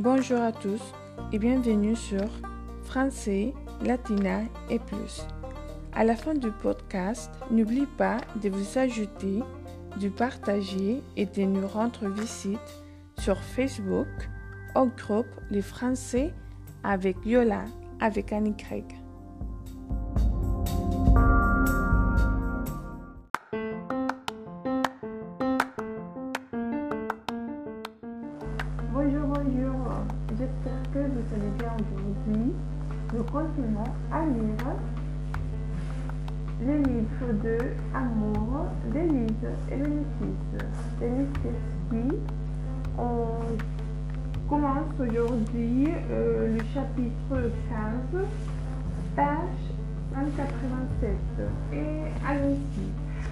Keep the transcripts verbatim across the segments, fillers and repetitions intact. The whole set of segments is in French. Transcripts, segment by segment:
Bonjour à tous et bienvenue sur Français, Latina et plus. À la fin du podcast, n'oublie pas de vous ajouter, de partager et de nous rendre visite sur Facebook au groupe Les Français avec Yola avec un Y. Bonjour, bonjour. J'espère que vous allez bien aujourd'hui. Nous continuons à lire les livres de Amour d'Élise et Bénéfice. Élise, on commence aujourd'hui euh, le chapitre quinze, page cent quatre-vingt-sept. Et allons-y.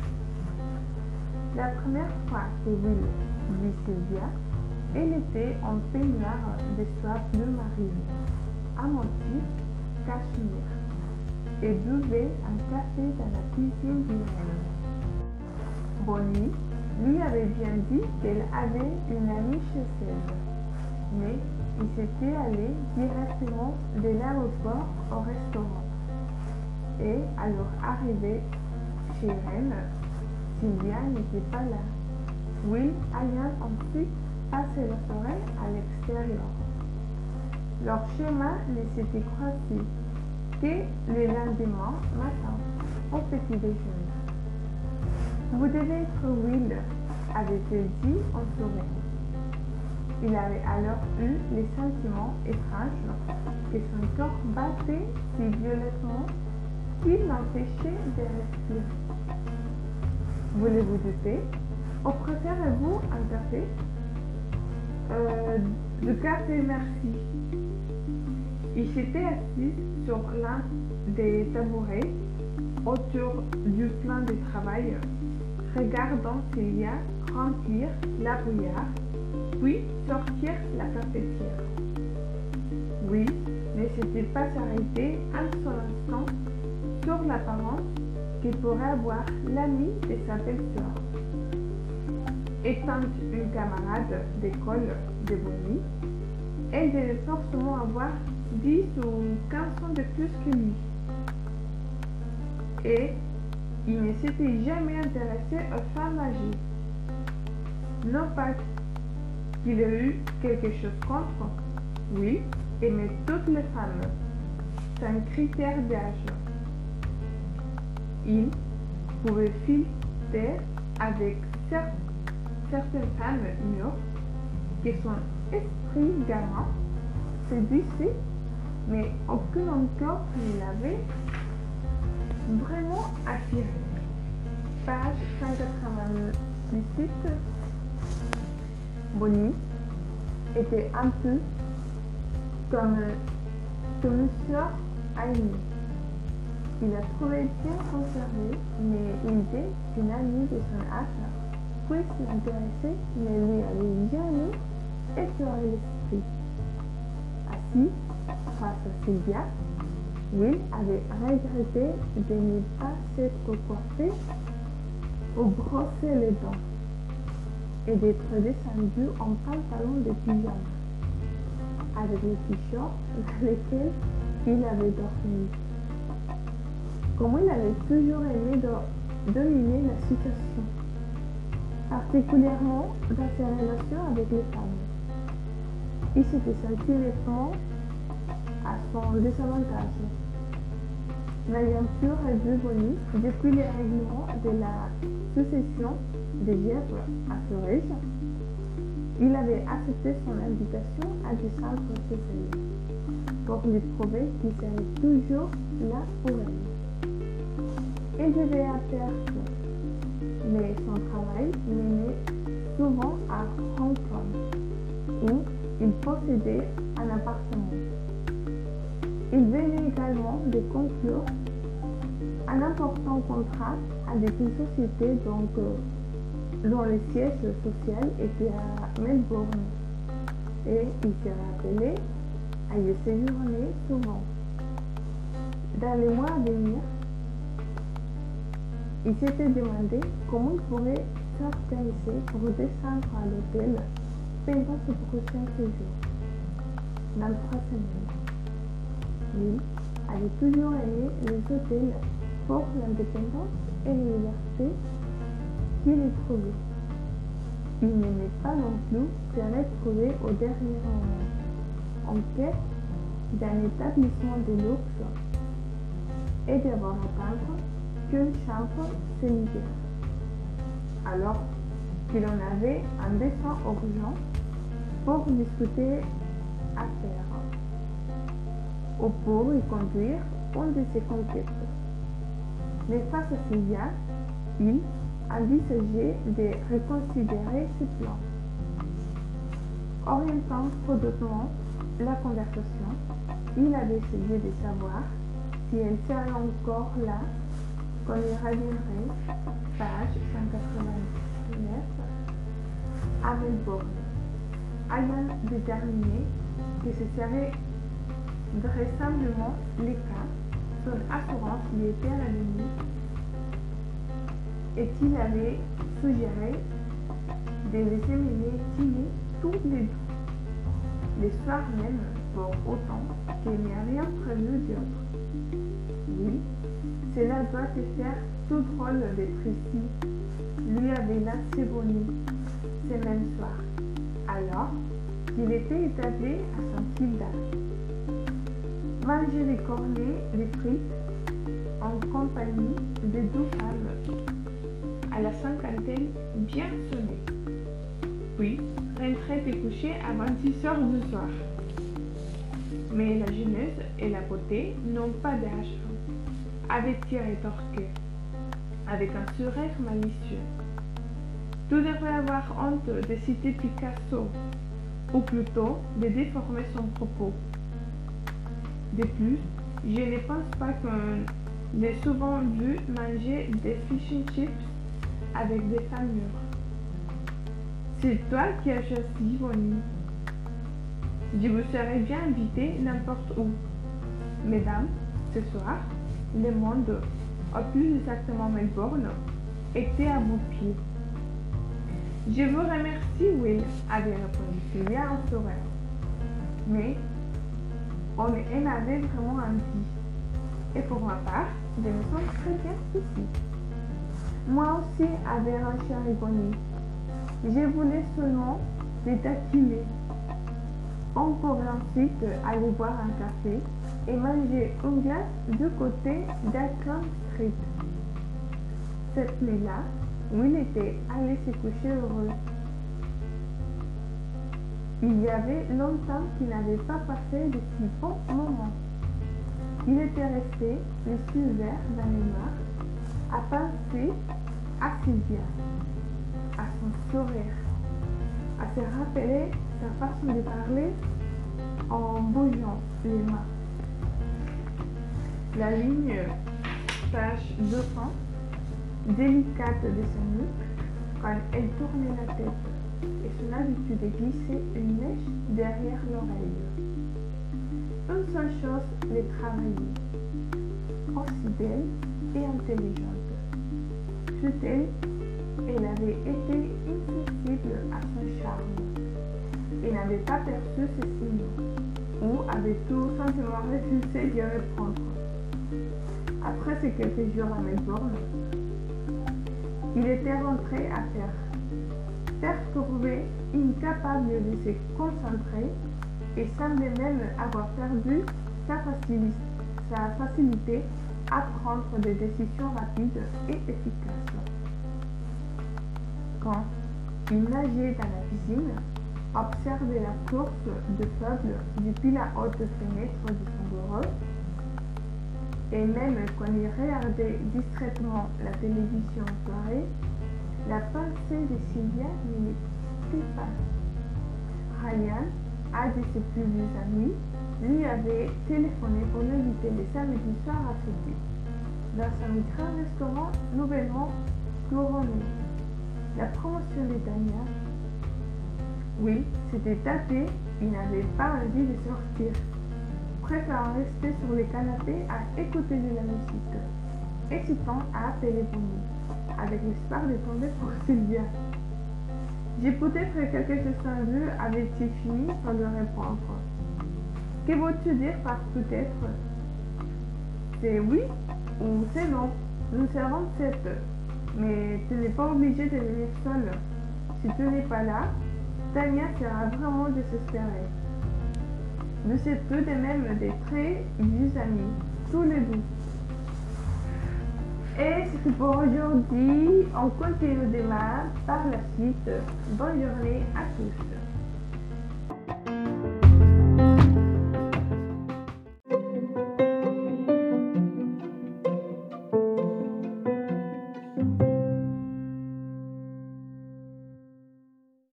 La première fois que Will vit Sylvia, elle était en peignoir de soie bleu marine, à motif cachemire, et buvait un café dans la cuisine du reine. Bonnie lui avait bien dit qu'elle avait une amie chez elle, mais ils s'étaient allés directement de l'aéroport au restaurant. Et à leur arrivée chez Reine, Sylvia n'était pas là. Will ayant ensuite passé la soirée à l'extérieur. Leur chemin ne s'était croisé que le lendemain matin, au petit déjeuner. Vous devez être Will, avait-elle dit en souriant. Il avait alors eu les sentiments étranges que son cœur battait si violemment qu'il l'empêchait de respirer. Voulez-vous du thé ou préférez-vous un café? Euh, le café, merci. Il s'était assis sur l'un des tabourets autour du plan de travail, regardant Sylvia remplir la bouillarde, puis sortir la cafetière. Oui, ne s'était pas arrêté un seul instant sur l'apparence que pourrait avoir l'ami de sa belle-sœur. Étant une camarade d'école de Bonnie, elle devait forcément avoir dix ou quinze ans de plus que lui. Et il ne s'était jamais intéressé aux femmes âgées. Non pas qu'il ait eu quelque chose contre, oui, aimait toutes les femmes, sans critère d'âge. Il pouvait flirter avec certains certaines femmes mûres que son esprit gamin séduisait, mais aucun encore ne l'avait vraiment attiré. Page cent quatre-vingt-dix-huit. Bonnie était un peu comme, comme une sœur aînée. Il la trouvait bien conservée, mais il était une amie de son âge. Puis l'intéressait, mais lui avait jamais effleuré l'esprit. Ainsi, face à Sylvia, Will avait regretté de ne pas s'être coiffé ou brossé les dents et d'être descendu en pantalon de pyjama, avec les t-shirts dans lesquels il avait dormi. Comme il avait toujours aimé do- dominer la situation, particulièrement dans ses relations avec les femmes. Il s'était senti nettement à son désavantage. N'ayant plus revu Bonnie depuis les règlements de la succession des Gèvres à Florège, il avait accepté son invitation à descendre chez elle, pour lui prouver qu'il serait toujours là pour elle. Il devait à perdre, mais son travail menait souvent à Hong Kong, où il possédait un appartement. Il venait également de conclure un important contrat avec une société donc, euh, dont le siège social était à Melbourne, et il s'est rappelé à y séjourner souvent. Dans les mois à venir, il s'était demandé comment il pourrait s'organiser pour descendre à l'hôtel pendant ce prochain séjour. dans trois semaines. Will avait toujours aimé les hôtels pour l'indépendance et la liberté qu'il y trouvait. Il n'aimait pas non plus se retrouver au dernier moment, en quête d'un établissement de luxe et devoir attendre qu'une chambre se libère. Alors qu'il en avait un besoin urgent pour discuter affaires ou pour y conduire une de ses conquêtes. Mais face à Sylvia, il envisageait de reconsidérer ses plans. Orientant prudemment la conversation, il avait essayé de savoir si elle serait encore là quand il reviendrait, page cent quatre-vingt-neuf, à Melbourne, ayant déterminé que ce serait vraisemblablement le cas. Son assurance lui était revenue et qu'il avait suggéré de les émener dîner tous les deux, le soir même, pour autant qu'il n'y a rien prévu d'autre. Oui, cela doit te faire tout drôle d'être ici, lui avait lancé Bonnie ce même soir, alors qu'il était établi à son Tilda. Manger des cornets, des frites, en compagnie de deux femmes à la cinquantaine bien sonnée. Puis, rentrer te coucher à vingt-six heures du soir. Mais la jeunesse et la beauté n'ont pas d'âge, avait-il rétorqué, avec un sourire malicieux. Tu devrais avoir honte de citer Picasso, ou plutôt de déformer son propos. De plus, je ne pense pas qu'on l'ait souvent vu manger des fish and chips avec des femmes mûres. C'est toi qui as choisi Bonnie. Je vous serais bien invité n'importe où. Mesdames, ce soir, le monde, ou plus exactement Melbourne, était à vos pieds. Je vous remercie, Will, avait répondu Sylvia en sourire. Mais on en avait vraiment envie. Et pour ma part, je me sens très bien ici. Moi aussi, avait Rachel Bonnie. Je voulais seulement les taquiner. On pourrait ensuite aller boire un café et manger une glace du côté d'Auckland Street. Cette nuit-là, Will était allé se coucher heureux. Il y avait longtemps qu'il n'avait pas passé de si bons moments. Il était resté les yeux verts dans les mains, à penser à Sylvia, à son sourire, à se rappeler sa façon de parler en bougeant les mains. La ligne, page deux cents, délicate de sa nuque, quand elle tournait la tête, et son habitude de glisser une mèche derrière l'oreille. Une seule chose les travaillait, aussi belle et intelligente. Fut-elle, elle avait été insensible à son charme et n'avait pas perçu ses signaux, ou avait tout simplement refusé d'y répondre. Après ces quelques jours à Melbourne, il était rentré à terre, perturbé, incapable de se concentrer et semblait même avoir perdu sa facilité, sa facilité à prendre des décisions rapides et efficaces. Quand il nageait dans la piscine, observait la course de sable depuis la haute fenêtre de son bureau, et même quand il regardait distraitement la télévision en soirée, la pensée de Sylvia ne l'était pas. Ryan, un de ses plus vieux amis, lui avait téléphoné pour l'inviter le samedi soir à souper, dans un grand restaurant nouvellement couronné. La promotion de Tania, oui, s'était tapé, il n'avait pas envie de sortir, préférant rester sur le canapé à écouter de la musique, hésitant à appeler Bonnie, avec l'espoir de tomber pour Sylvia. J'ai peut-être quelque chose en vue, avait-il fini par lui répondre. Que veux-tu dire par peut-être? C'est oui ou c'est non. Nous serons sept. Mais tu n'es pas obligé de venir seul. Si tu n'es pas là, Tania sera vraiment désespérée. Vous êtes tous de même des très vieux amis, tous les deux. Et c'est tout pour aujourd'hui. On continue demain par la suite. Bonne journée à tous.